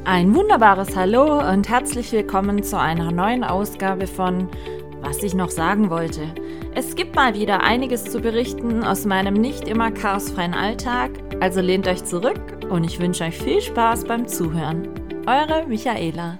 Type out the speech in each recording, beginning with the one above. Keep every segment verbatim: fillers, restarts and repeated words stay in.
Ein wunderbares Hallo und herzlich willkommen zu einer neuen Ausgabe von Was ich noch sagen wollte. Es gibt mal wieder einiges zu berichten aus meinem nicht immer chaosfreien Alltag, also lehnt euch zurück und ich wünsche euch viel Spaß beim Zuhören. Eure Michaela.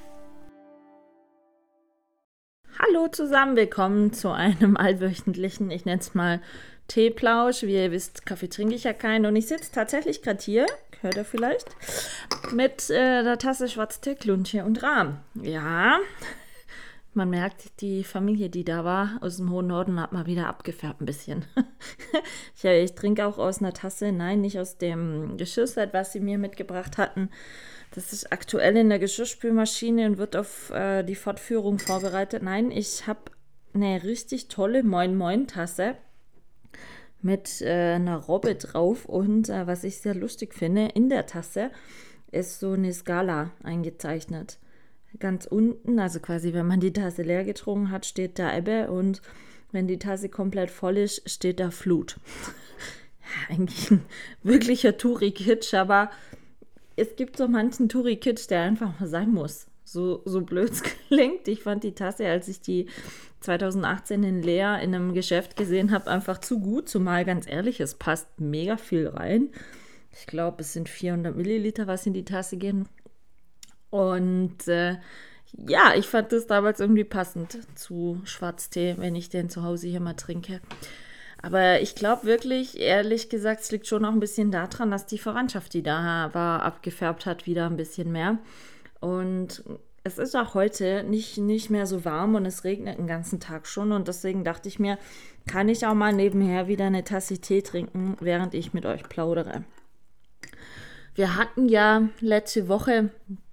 Hallo zusammen, willkommen zu einem allwöchentlichen, ich nenne es mal Teeplausch. Wie ihr wisst, Kaffee trinke ich ja keinen und ich sitze tatsächlich gerade hier, hört ihr vielleicht, mit äh, der Tasse Schwarztee, Kluntje und Rahm. Ja, man merkt, die Familie, die da war, aus dem hohen Norden, hat mal wieder abgefärbt ein bisschen. ich, ich trinke auch aus einer Tasse, nein, nicht aus dem Geschirrset, was sie mir mitgebracht hatten. Das ist aktuell in der Geschirrspülmaschine und wird auf äh, die Fortführung vorbereitet. Nein, ich habe eine richtig tolle Moin-Moin-Tasse mit äh, einer Robbe drauf und äh, was ich sehr lustig finde, in der Tasse ist so eine Skala eingezeichnet. Ganz unten, also quasi wenn man die Tasse leer getrunken hat, steht da Ebbe und wenn die Tasse komplett voll ist, steht da Flut. Ja, eigentlich ein wirklicher Touri-Kitsch, aber es gibt so manchen Touri-Kitsch, der einfach mal sein muss. So, so blöd es klingt. Ich fand die Tasse, als ich die zwanzig achtzehn in Leer in einem Geschäft gesehen habe, einfach zu gut. Zumal, ganz ehrlich, es passt mega viel rein. Ich glaube, es sind vierhundert Milliliter, was in die Tasse gehen. Und äh, ja, ich fand das damals irgendwie passend zu Schwarztee, wenn ich den zu Hause hier mal trinke. Aber ich glaube wirklich, ehrlich gesagt, es liegt schon auch ein bisschen daran, dass die Verwandtschaft, die da war, abgefärbt hat, wieder ein bisschen mehr. Und es ist auch heute nicht, nicht mehr so warm und es regnet den ganzen Tag schon. Und deswegen dachte ich mir, kann ich auch mal nebenher wieder eine Tasse Tee trinken, während ich mit euch plaudere. Wir hatten ja letzte Woche,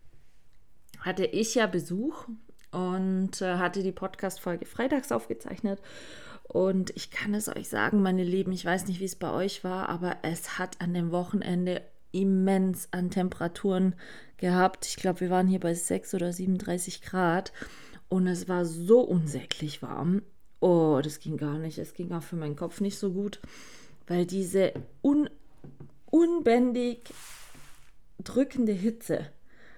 hatte ich ja Besuch und äh, hatte die Podcast-Folge freitags aufgezeichnet. Und ich kann es euch sagen, meine Lieben, ich weiß nicht, wie es bei euch war, aber es hat an dem Wochenende immens an Temperaturen gehabt. Ich glaube, wir waren hier bei sechs oder siebenunddreißig Grad und es war so unsäglich warm. Oh, das ging gar nicht. Es ging auch für meinen Kopf nicht so gut, weil diese un unbändig drückende Hitze,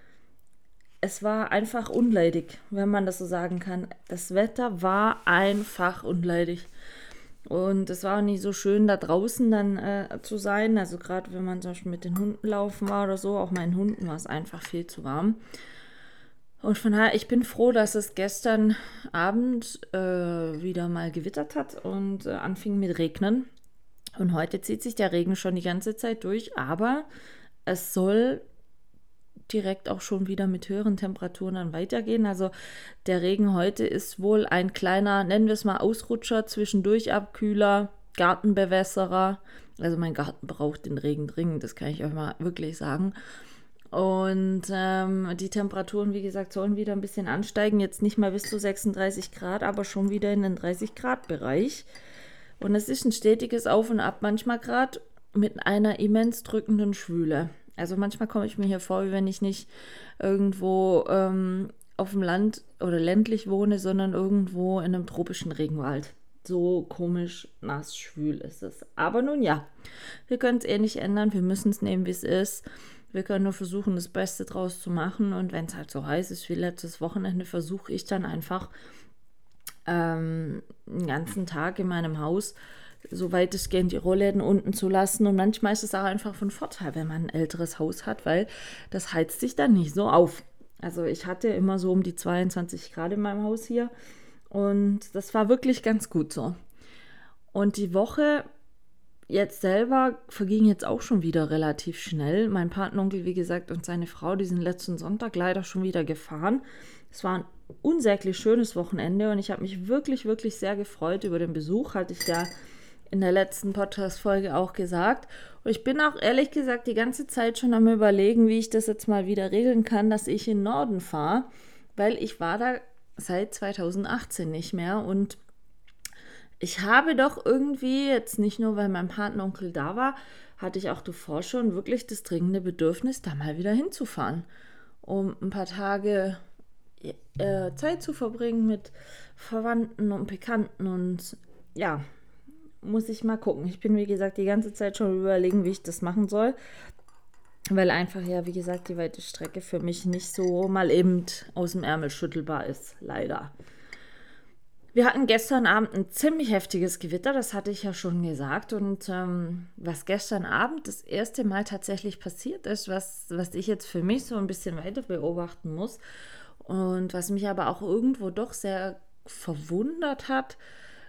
es war einfach unleidig, wenn man das so sagen kann. Das Wetter war einfach unleidig. Und es war auch nicht so schön, da draußen dann äh, zu sein. Also gerade wenn man zum Beispiel mit den Hunden laufen war oder so, auch meinen Hunden war es einfach viel zu warm. Und von daher, ich bin froh, dass es gestern Abend äh, wieder mal gewittert hat und äh, anfing mit Regnen. Und heute zieht sich der Regen schon die ganze Zeit durch, aber es soll direkt auch schon wieder mit höheren Temperaturen dann weitergehen. Also der Regen heute ist wohl ein kleiner, nennen wir es mal Ausrutscher, zwischendurch Abkühler, Gartenbewässerer. Also mein Garten braucht den Regen dringend, das kann ich euch mal wirklich sagen. Und ähm, die Temperaturen, wie gesagt, sollen wieder ein bisschen ansteigen. Jetzt nicht mal bis zu sechsunddreißig Grad, aber schon wieder in den dreißig Grad Bereich. Und es ist ein stetiges Auf und Ab manchmal gerade mit einer immens drückenden Schwüle. Also manchmal komme ich mir hier vor, wie wenn ich nicht irgendwo ähm, auf dem Land oder ländlich wohne, sondern irgendwo in einem tropischen Regenwald. So komisch, nass, schwül ist es. Aber nun ja, wir können es eh nicht ändern. Wir müssen es nehmen, wie es ist. Wir können nur versuchen, das Beste draus zu machen. Und wenn es halt so heiß ist wie letztes Wochenende, versuche ich dann einfach ähm, den ganzen Tag in meinem Haus soweit es geht, die Rollläden unten zu lassen. Und manchmal ist es auch einfach von Vorteil, wenn man ein älteres Haus hat, weil das heizt sich dann nicht so auf. Also ich hatte immer so um die zweiundzwanzig Grad in meinem Haus hier und das war wirklich ganz gut so. Und die Woche jetzt selber verging jetzt auch schon wieder relativ schnell. Mein Patenonkel, wie gesagt, und seine Frau, die sind letzten Sonntag leider schon wieder gefahren. Es war ein unsäglich schönes Wochenende und ich habe mich wirklich, wirklich sehr gefreut über den Besuch, hatte ich ja in der letzten Podcast-Folge auch gesagt. Und ich bin auch ehrlich gesagt die ganze Zeit schon am Überlegen, wie ich das jetzt mal wieder regeln kann, dass ich in den Norden fahre, weil ich war da seit zwanzig achtzehn nicht mehr und ich habe doch irgendwie, jetzt nicht nur, weil mein Patenonkel da war, hatte ich auch davor schon wirklich das dringende Bedürfnis, da mal wieder hinzufahren, um ein paar Tage äh, Zeit zu verbringen mit Verwandten und Bekannten und ja, muss ich mal gucken. Ich bin, wie gesagt, die ganze Zeit schon überlegen, wie ich das machen soll. weil einfach ja, wie gesagt, die weite Strecke für mich nicht so mal eben aus dem Ärmel schüttelbar ist, leider. Wir hatten gestern Abend ein ziemlich heftiges Gewitter, das hatte ich ja schon gesagt. Und ähm, was gestern Abend das erste Mal tatsächlich passiert ist, was, was ich jetzt für mich so ein bisschen weiter beobachten muss und was mich aber auch irgendwo doch sehr verwundert hat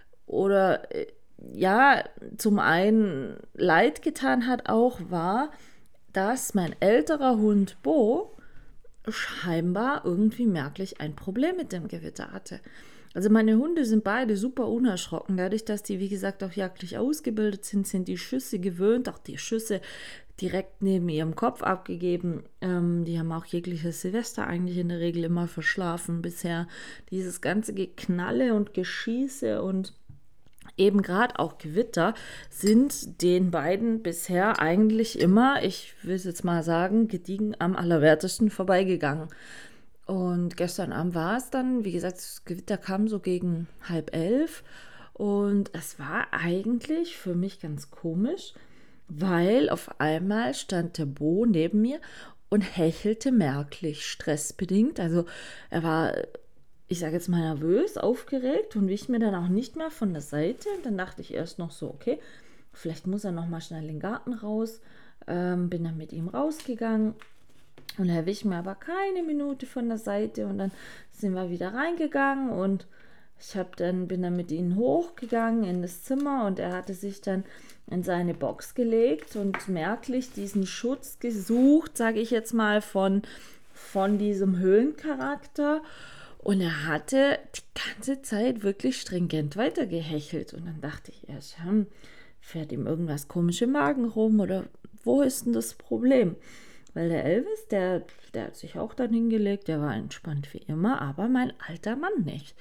oder äh, ja, zum einen leid getan hat auch, war, dass mein älterer Hund Bo scheinbar irgendwie merklich ein Problem mit dem Gewitter hatte. Also meine Hunde sind beide super unerschrocken. Dadurch, dass die, wie gesagt, auch jagdlich ausgebildet sind, sind die Schüsse gewöhnt, auch die Schüsse direkt neben ihrem Kopf abgegeben. Ähm, die haben auch jegliches Silvester eigentlich in der Regel immer verschlafen bisher. Dieses ganze Geknalle und Geschieße und eben gerade auch Gewitter sind den beiden bisher eigentlich immer, ich will es jetzt mal sagen, gediegen am allerwertesten vorbeigegangen. Und gestern Abend war es dann, wie gesagt, das Gewitter kam so gegen halb elf und es war eigentlich für mich ganz komisch, weil auf einmal stand der Bo neben mir und hechelte merklich stressbedingt. Also er war, ich sage jetzt mal, nervös, aufgeregt und wich mir dann auch nicht mehr von der Seite. Und dann dachte ich erst noch so, okay, vielleicht muss er noch mal schnell in den Garten raus. Ähm, bin dann mit ihm rausgegangen und er wich mir aber keine Minute von der Seite. Und dann sind wir wieder reingegangen und ich hab dann, bin dann mit ihm hochgegangen in das Zimmer und er hatte sich dann in seine Box gelegt und merklich diesen Schutz gesucht, sage ich jetzt mal, von, von diesem Höhlencharakter. Und er hatte die ganze Zeit wirklich stringent weitergehechelt. Und dann dachte ich erst, hm, fährt ihm irgendwas komisch im Magen rum oder wo ist denn das Problem? Weil der Elvis, der, der hat sich auch dann hingelegt, der war entspannt wie immer, aber mein alter Mann nicht.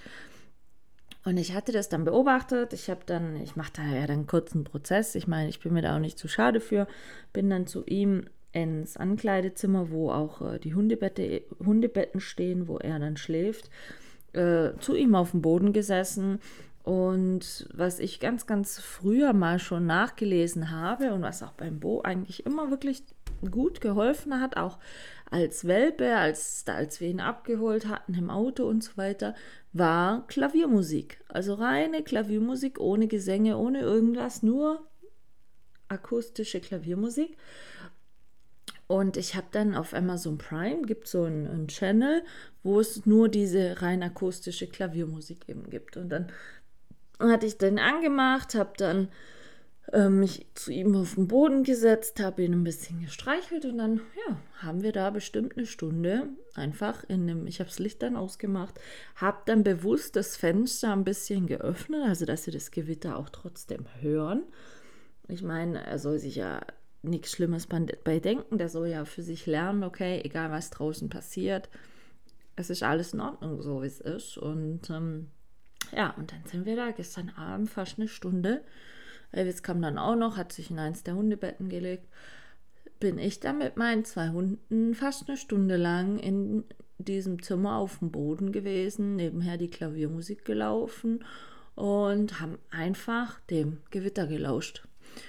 Und ich hatte das dann beobachtet. Ich habe dann, ich mache da ja dann kurz einen Prozess. Ich meine, ich bin mir da auch nicht zu schade für. Bin dann zu ihm ins Ankleidezimmer, wo auch äh, die Hundebette, Hundebetten stehen, wo er dann schläft, äh, zu ihm auf dem Boden gesessen. Und was ich ganz, ganz früher mal schon nachgelesen habe und was auch beim Bo eigentlich immer wirklich gut geholfen hat, auch als Welpe, als, als wir ihn abgeholt hatten im Auto und so weiter, war Klaviermusik. Also reine Klaviermusik, ohne Gesänge, ohne irgendwas, nur akustische Klaviermusik. Und ich habe dann auf Amazon Prime, gibt es so einen, einen Channel, wo es nur diese rein akustische Klaviermusik eben gibt. Und dann hatte ich den angemacht, habe dann äh, mich zu ihm auf den Boden gesetzt, habe ihn ein bisschen gestreichelt und dann ja, haben wir da bestimmt eine Stunde einfach in dem, ich habe das Licht dann ausgemacht, habe dann bewusst das Fenster ein bisschen geöffnet, also dass sie das Gewitter auch trotzdem hören. Ich meine, er soll sich ja nichts Schlimmes bei denken, der soll ja für sich lernen, okay, egal was draußen passiert, es ist alles in Ordnung, so wie es ist. Und ähm, ja, und dann sind wir da gestern Abend fast eine Stunde. Elvis kam dann auch noch, hat sich in eins der Hundebetten gelegt. Bin ich dann mit meinen zwei Hunden fast eine Stunde lang in diesem Zimmer auf dem Boden gewesen, nebenher die Klaviermusik gelaufen und haben einfach dem Gewitter gelauscht.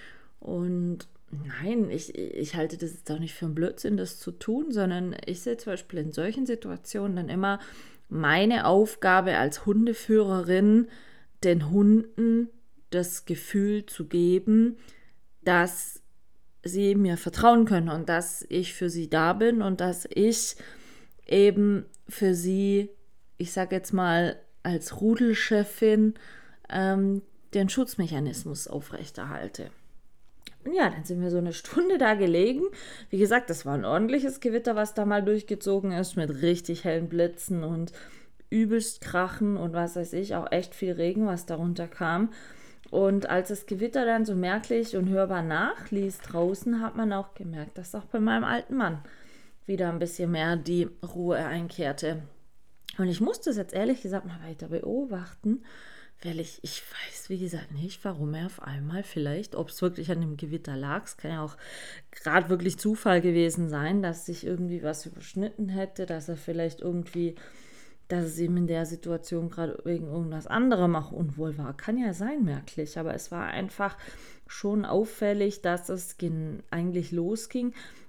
Und nein, ich, ich halte das jetzt auch nicht für einen Blödsinn, das zu tun, sondern ich sehe zum Beispiel in solchen Situationen dann immer meine Aufgabe als Hundeführerin, den Hunden das Gefühl zu geben, dass sie mir vertrauen können und dass ich für sie da bin und dass ich eben für sie, ich sage jetzt mal als Rudelchefin, ähm, den Schutzmechanismus aufrechterhalte. Und ja, dann sind wir so eine Stunde da gelegen. Wie gesagt, das war ein ordentliches Gewitter, was da mal durchgezogen ist, mit richtig hellen Blitzen und übelst Krachen und was weiß ich, auch echt viel Regen, was darunter kam. Und als das Gewitter dann so merklich und hörbar nachließ draußen, hat man auch gemerkt, dass auch bei meinem alten Mann wieder ein bisschen mehr die Ruhe einkehrte. Und ich musste es jetzt ehrlich gesagt mal weiter beobachten, weil ich, ich weiß, wie gesagt, nicht, warum er auf einmal vielleicht, ob es wirklich an dem Gewitter lag, es kann ja auch gerade wirklich Zufall gewesen sein, dass sich irgendwie was überschnitten hätte, dass er vielleicht irgendwie, dass es ihm in der Situation gerade wegen irgendwas anderem auch unwohl war. Kann ja sein, merklich, aber es war einfach schon auffällig, dass es gen- eigentlich losging,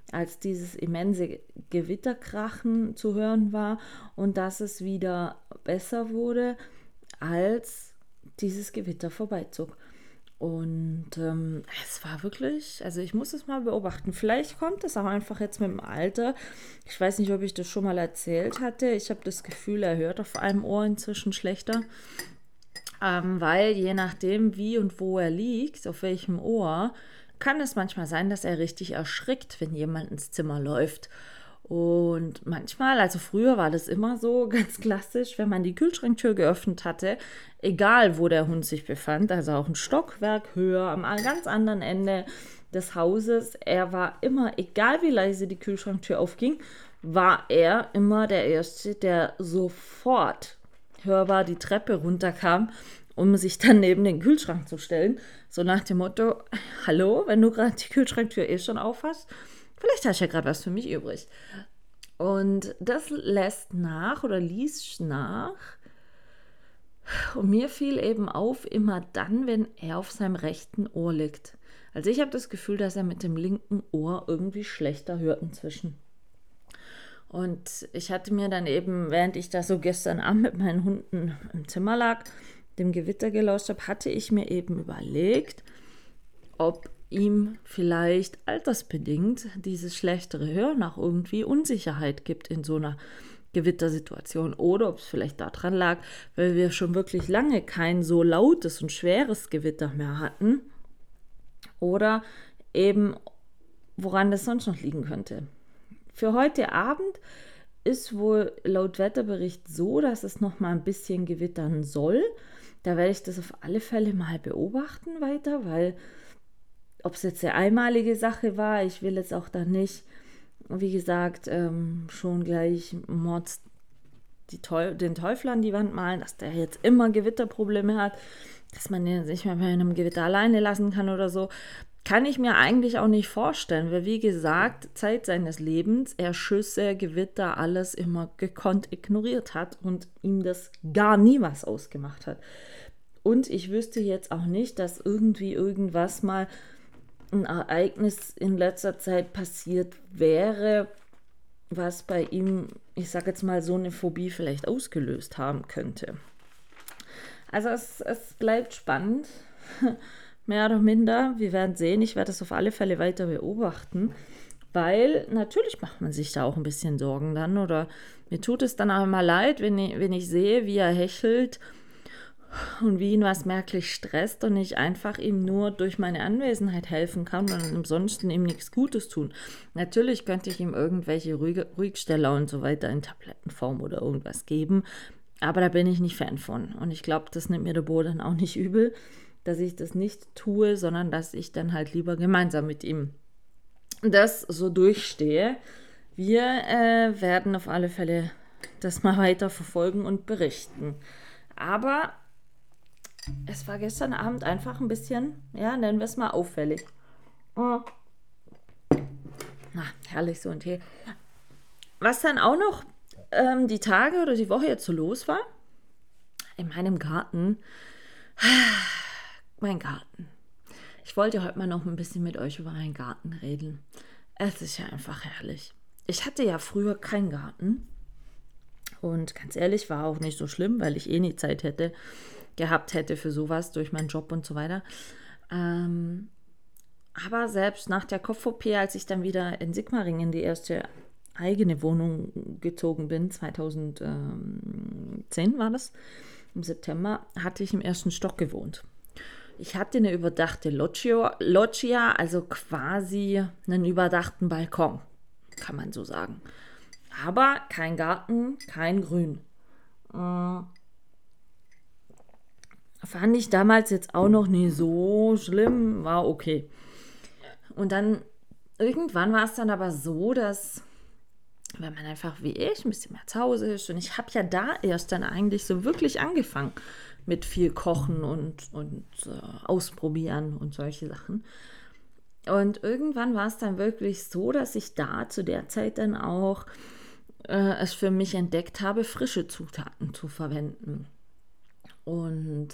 als dieses immense Gewitterkrachen zu hören war und dass es wieder besser wurde, als dieses Gewitter vorbeizog. Und ähm, es war wirklich, also ich muss es mal beobachten. Vielleicht kommt es auch einfach jetzt mit dem Alter. Ich weiß nicht, ob ich das schon mal erzählt hatte. Ich habe das Gefühl, er hört auf einem Ohr inzwischen schlechter. Ähm, weil je nachdem, wie und wo er liegt, auf welchem Ohr, kann es manchmal sein, dass er richtig erschrickt, wenn jemand ins Zimmer läuft. Und manchmal, also früher war das immer so ganz klassisch, wenn man die Kühlschranktür geöffnet hatte, egal wo der Hund sich befand, also auch ein Stockwerk höher, am ganz anderen Ende des Hauses, er war immer, egal wie leise die Kühlschranktür aufging, war er immer der Erste, der sofort hörbar die Treppe runterkam, um sich dann neben den Kühlschrank zu stellen. So nach dem Motto, hallo, wenn du gerade die Kühlschranktür eh schon auf hast, vielleicht hast du ja gerade was für mich übrig. Und das lässt nach oder ließ nach. Und mir fiel eben auf, immer dann, wenn er auf seinem rechten Ohr liegt. Also ich habe das Gefühl, dass er mit dem linken Ohr irgendwie schlechter hört inzwischen. Und ich hatte mir dann eben, während ich da so gestern Abend mit meinen Hunden im Zimmer lag, dem Gewitter gelauscht habe, hatte ich mir eben überlegt, ob ihm vielleicht altersbedingt dieses schlechtere Hören auch irgendwie Unsicherheit gibt in so einer Gewittersituation oder ob es vielleicht daran lag, weil wir schon wirklich lange kein so lautes und schweres Gewitter mehr hatten oder eben woran das sonst noch liegen könnte. Für heute Abend ist wohl laut Wetterbericht so, dass es noch mal ein bisschen gewittern soll. Da werde ich das auf alle Fälle mal beobachten weiter, weil ob es jetzt eine einmalige Sache war, ich will jetzt auch da nicht, wie gesagt, ähm, schon gleich Mords die Teu- den Teufel an die Wand malen, dass der jetzt immer Gewitterprobleme hat, dass man den nicht mehr bei einem Gewitter alleine lassen kann oder so, kann ich mir eigentlich auch nicht vorstellen, weil wie gesagt, Zeit seines Lebens er Schüsse, Gewitter, alles immer gekonnt ignoriert hat und ihm das gar nie was ausgemacht hat. Und ich wüsste jetzt auch nicht, dass irgendwie irgendwas mal ein Ereignis in letzter Zeit passiert wäre, was bei ihm, ich sage jetzt mal, so eine Phobie vielleicht ausgelöst haben könnte. Also es, es bleibt spannend, mehr oder minder. Wir werden sehen, ich werde das auf alle Fälle weiter beobachten, weil natürlich macht man sich da auch ein bisschen Sorgen dann oder mir tut es dann auch immer leid, wenn ich, wenn ich sehe, wie er hechelt und wie ihn was merklich stresst und ich einfach ihm nur durch meine Anwesenheit helfen kann und ansonsten ihm nichts Gutes tun. Natürlich könnte ich ihm irgendwelche Ruhig- Ruhigsteller und so weiter in Tablettenform oder irgendwas geben, aber da bin ich nicht Fan von. Und ich glaube, das nimmt mir der Bo dann auch nicht übel, dass ich das nicht tue, sondern dass ich dann halt lieber gemeinsam mit ihm das so durchstehe. Wir äh, werden auf alle Fälle das mal weiter verfolgen und berichten. Aber es war gestern Abend einfach ein bisschen, ja, nennen wir es mal auffällig. Oh. Na, herrlich, so ein Tee. Was dann auch noch ähm, die Tage oder die Woche jetzt so los war, in meinem Garten, mein Garten. Ich wollte heute mal noch ein bisschen mit euch über meinen Garten reden. Es ist ja einfach herrlich. Ich hatte ja früher keinen Garten und ganz ehrlich, war auch nicht so schlimm, weil ich eh nie Zeit hätte, gehabt hätte für sowas durch meinen Job und so weiter. Ähm, aber selbst nach der Kopf-O P, als ich dann wieder in Sigmaringen in die erste eigene Wohnung gezogen bin, zweitausendzehn war das, im September, hatte ich im ersten Stock gewohnt. Ich hatte eine überdachte Loggia, Loggia, also quasi einen überdachten Balkon, kann man so sagen. Aber kein Garten, kein Grün. Äh, Fand ich damals jetzt auch noch nie so schlimm, war okay. Und dann, irgendwann war es dann aber so, dass, wenn man einfach wie ich ein bisschen mehr zu Hause ist, und ich habe ja da erst dann eigentlich so wirklich angefangen mit viel Kochen und, und äh, Ausprobieren und solche Sachen. Und irgendwann war es dann wirklich so, dass ich da zu der Zeit dann auch äh, es für mich entdeckt habe, frische Zutaten zu verwenden. Und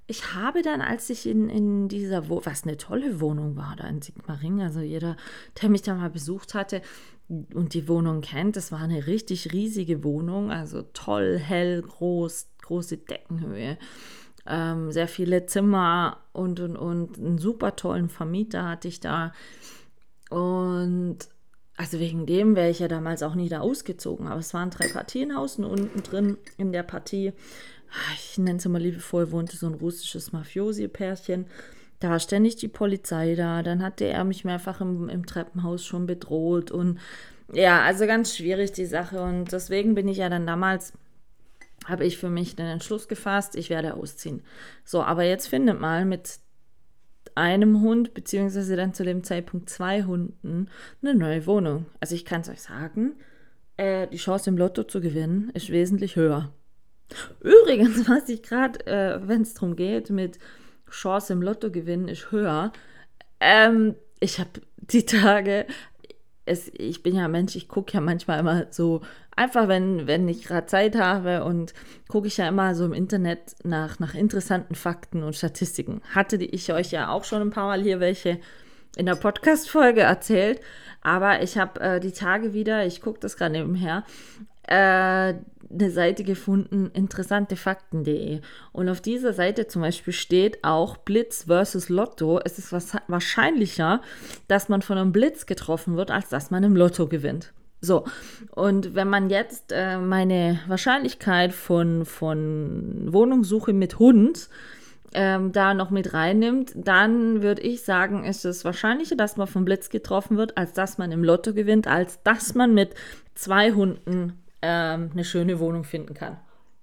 ich habe dann, als ich in, in dieser, Wo was eine tolle Wohnung war da in Sigmaringen, also jeder, der mich da mal besucht hatte und die Wohnung kennt, das war eine richtig riesige Wohnung, also toll, hell, groß, große Deckenhöhe, ähm, sehr viele Zimmer und, und, und einen super tollen Vermieter hatte ich da. Und also wegen dem wäre ich ja damals auch nie da ausgezogen. Aber es waren drei Partienhaus und unten drin in der Partie, ich nenne es immer liebevoll, wohnte so ein russisches Mafiosi-Pärchen. Da war ständig die Polizei da. Dann hatte er mich mehrfach im, im Treppenhaus schon bedroht. Und ja, also ganz schwierig die Sache. Und deswegen bin ich ja dann damals, habe ich für mich den Entschluss gefasst, ich werde ausziehen. So, aber jetzt findet mal mit einem Hund, beziehungsweise dann zu dem Zeitpunkt zwei Hunden, eine neue Wohnung. Also ich kann es euch sagen, äh, die Chance im Lotto zu gewinnen ist wesentlich höher. Übrigens, was ich gerade, äh, wenn es darum geht, mit Chance im Lotto gewinnen ist höher. Ähm, ich habe die Tage, es, ich bin ja Mensch, ich gucke ja manchmal immer so, einfach wenn, wenn ich gerade Zeit habe und gucke ich ja immer so im Internet nach, nach interessanten Fakten und Statistiken. Hatte die, ich euch ja auch schon ein paar Mal hier welche in der Podcast-Folge erzählt, aber ich habe äh, die Tage wieder, ich gucke das gerade nebenher, äh, eine Seite gefunden, interessantefakten punkt de. Und auf dieser Seite zum Beispiel steht auch Blitz versus Lotto. Es ist was, wahrscheinlicher, dass man von einem Blitz getroffen wird, als dass man im Lotto gewinnt. So, und wenn man jetzt äh, meine Wahrscheinlichkeit von, von Wohnungssuche mit Hund ähm, da noch mit reinnimmt, dann würde ich sagen, ist es wahrscheinlicher, dass man vom Blitz getroffen wird, als dass man im Lotto gewinnt, als dass man mit zwei Hunden ähm, eine schöne Wohnung finden kann.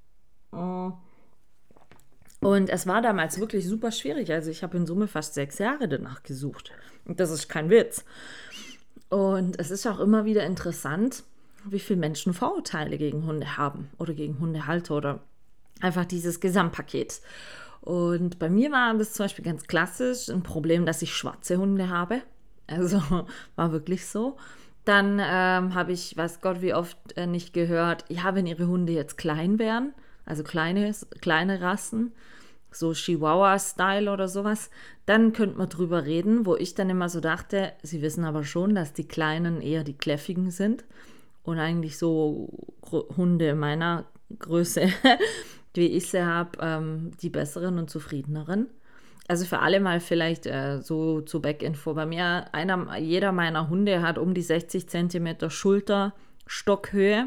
Und es war damals wirklich super schwierig. Also ich habe in Summe fast sechs Jahre danach gesucht. Und das ist kein Witz. Und es ist auch immer wieder interessant, wie viele Menschen Vorurteile gegen Hunde haben oder gegen Hundehalter oder einfach dieses Gesamtpaket. Und bei mir war das zum Beispiel ganz klassisch ein Problem, dass ich schwarze Hunde habe. Also war wirklich so. Dann ähm, habe ich, weiß Gott, wie oft äh, nicht gehört, ja, wenn ihre Hunde jetzt klein wären, also kleine, kleine Rassen, so Chihuahua-Style oder sowas, dann könnte man drüber reden, wo ich dann immer so dachte, sie wissen aber schon, dass die Kleinen eher die Kläffigen sind und eigentlich so Hunde meiner Größe, wie ich sie habe, ähm, die besseren und zufriedeneren. Also für alle mal vielleicht äh, so zur Backinfo. Bei mir, einer, jeder meiner Hunde hat um die sechzig Zentimeter Schulterstockhöhe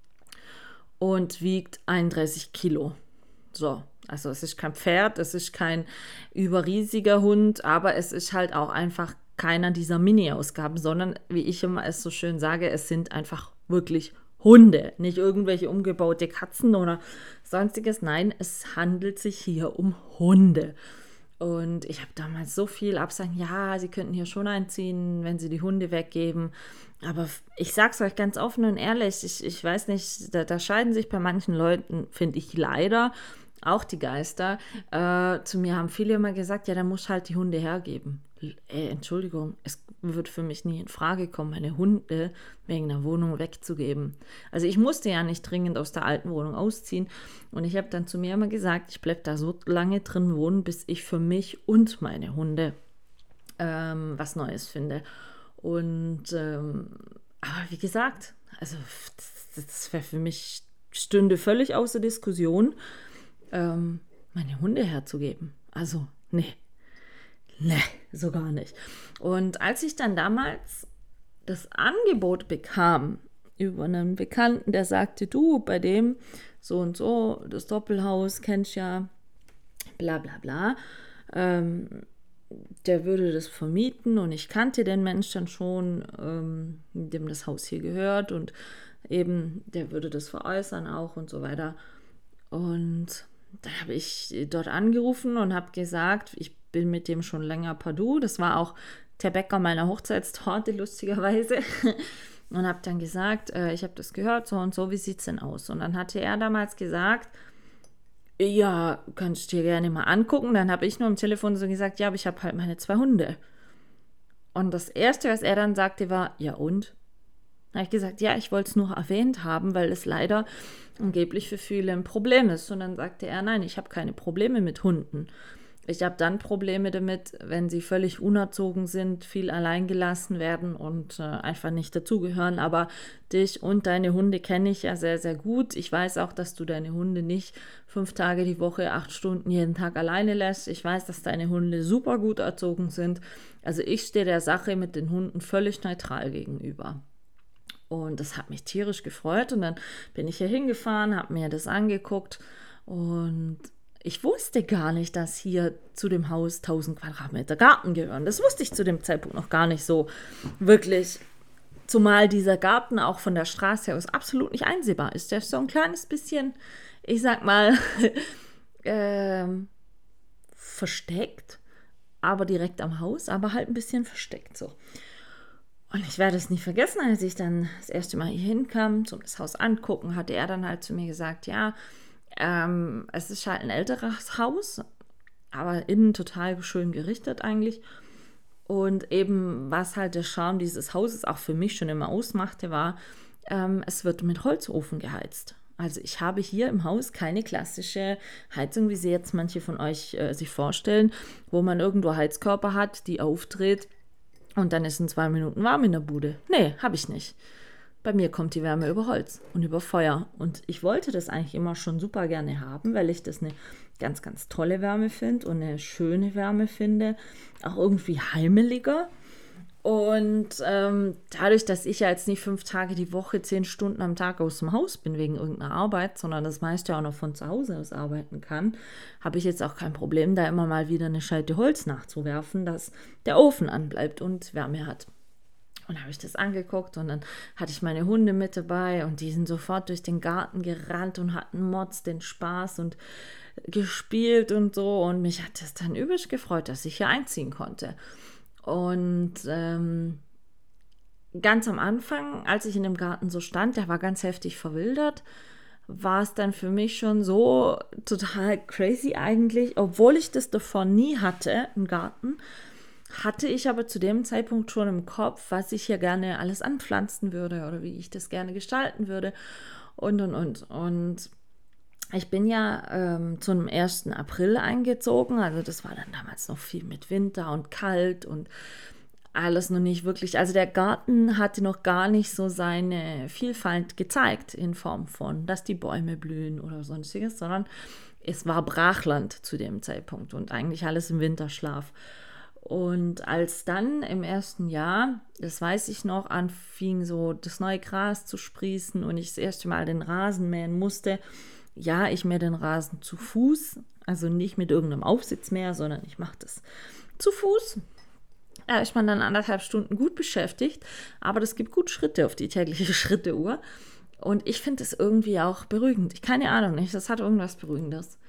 und wiegt einunddreißig Kilo. So, also es ist kein Pferd, es ist kein überriesiger Hund, aber es ist halt auch einfach keiner dieser Mini-Ausgaben, sondern, wie ich immer es so schön sage, es sind einfach wirklich Hunde, nicht irgendwelche umgebaute Katzen oder sonstiges. Nein, es handelt sich hier um Hunde. Und ich habe damals so viel absagen, ja, sie könnten hier schon einziehen, wenn sie die Hunde weggeben. Aber ich sag's euch ganz offen und ehrlich, ich, ich weiß nicht, da, da scheiden sich bei manchen Leuten, finde ich leider, auch die Geister. Äh, zu mir haben viele immer gesagt, ja, da muss halt die Hunde hergeben. Ey, Entschuldigung, es wird für mich nie in Frage kommen, meine Hunde wegen einer Wohnung wegzugeben. Also ich musste ja nicht dringend aus der alten Wohnung ausziehen und ich habe dann zu mir immer gesagt, ich bleibe da so lange drin wohnen, bis ich für mich und meine Hunde ähm, was Neues finde. Und ähm, aber wie gesagt, also das, das wäre für mich, stünde völlig außer Diskussion, ähm, meine Hunde herzugeben. Also, nee. Nee, so gar nicht. Und als ich dann damals das Angebot bekam über einen Bekannten, der sagte, du, bei dem so und so, das Doppelhaus, kennst ja, bla bla bla, ähm, der würde das vermieten und ich kannte den Mensch dann schon, ähm, dem das Haus hier gehört und eben, der würde das veräußern auch und so weiter. Und da habe ich dort angerufen und habe gesagt, ich bin mit dem schon länger per Du. Das war auch der Bäcker meiner Hochzeitstorte, lustigerweise. Und habe dann gesagt, äh, ich habe das gehört, so und so, wie sieht es denn aus? Und dann hatte er damals gesagt, ja, kannst du dir gerne mal angucken. Dann habe ich nur am Telefon so gesagt, ja, aber ich habe halt meine zwei Hunde. Und das Erste, was er dann sagte, war, ja und? Da habe ich gesagt, ja, ich wollte es nur erwähnt haben, weil es leider angeblich für viele ein Problem ist. Und dann sagte er, nein, ich habe keine Probleme mit Hunden. Ich habe dann Probleme damit, wenn sie völlig unerzogen sind, viel allein gelassen werden und äh, einfach nicht dazugehören. Aber dich und deine Hunde kenne ich ja sehr, sehr gut. Ich weiß auch, dass du deine Hunde nicht fünf Tage die Woche, acht Stunden jeden Tag alleine lässt. Ich weiß, dass deine Hunde super gut erzogen sind. Also ich stehe der Sache mit den Hunden völlig neutral gegenüber. Und das hat mich tierisch gefreut. Und dann bin ich hier hingefahren, habe mir das angeguckt und ich wusste gar nicht, dass hier zu dem Haus tausend Quadratmeter Garten gehören. Das wusste ich zu dem Zeitpunkt noch gar nicht so wirklich. Zumal dieser Garten auch von der Straße aus absolut nicht einsehbar ist. Der ist so ein kleines bisschen, ich sag mal, ähm, versteckt, aber direkt am Haus, aber halt ein bisschen versteckt so. Und ich werde es nie vergessen, als ich dann das erste Mal hier hinkam, zum das Haus angucken, hatte er dann halt zu mir gesagt, ja, ähm, es ist halt ein älteres Haus, aber innen total schön gerichtet eigentlich. Und eben, was halt der Charme dieses Hauses auch für mich schon immer ausmachte, war, ähm, es wird mit Holzofen geheizt. Also ich habe hier im Haus keine klassische Heizung, wie sie jetzt manche von euch äh, sich vorstellen, wo man irgendwo Heizkörper hat, die aufdreht und dann ist in zwei Minuten warm in der Bude. Nee, habe ich nicht. Bei mir kommt die Wärme über Holz und über Feuer. Und ich wollte das eigentlich immer schon super gerne haben, weil ich das eine ganz, ganz tolle Wärme finde und eine schöne Wärme finde. Auch irgendwie heimeliger. Und ähm, dadurch, dass ich ja jetzt nicht fünf Tage die Woche, zehn Stunden am Tag aus dem Haus bin wegen irgendeiner Arbeit, sondern das meiste auch noch von zu Hause aus arbeiten kann, habe ich jetzt auch kein Problem, da immer mal wieder eine Scheite Holz nachzuwerfen, dass der Ofen anbleibt und Wärme hat. Und da habe ich das angeguckt und dann hatte ich meine Hunde mit dabei und die sind sofort durch den Garten gerannt und hatten Mods den Spaß und gespielt und so. Und mich hat das dann übelst gefreut, dass ich hier einziehen konnte. Und ähm, ganz am Anfang, als ich in dem Garten so stand, der war ganz heftig verwildert, war es dann für mich schon so total crazy eigentlich, obwohl ich das davor nie hatte im Garten, hatte ich aber zu dem Zeitpunkt schon im Kopf, was ich hier gerne alles anpflanzen würde oder wie ich das gerne gestalten würde und, und, und. Und ich bin ja ähm, zum ersten April eingezogen, also das war dann damals noch viel mit Winter und kalt und alles noch nicht wirklich. Also der Garten hatte noch gar nicht so seine Vielfalt gezeigt in Form von, dass die Bäume blühen oder sonstiges, sondern es war Brachland zu dem Zeitpunkt und eigentlich alles im Winterschlaf. Und als dann im ersten Jahr, das weiß ich noch, anfing so das neue Gras zu sprießen und ich das erste Mal den Rasen mähen musste, ja, ich mähe den Rasen zu Fuß, also nicht mit irgendeinem Aufsitz mehr, sondern ich mache das zu Fuß. Da ist man dann anderthalb Stunden gut beschäftigt, aber das gibt gut Schritte auf die tägliche Schritteuhr. Und ich finde es irgendwie auch beruhigend. Ich keine Ahnung nicht, das hat irgendwas Beruhigendes.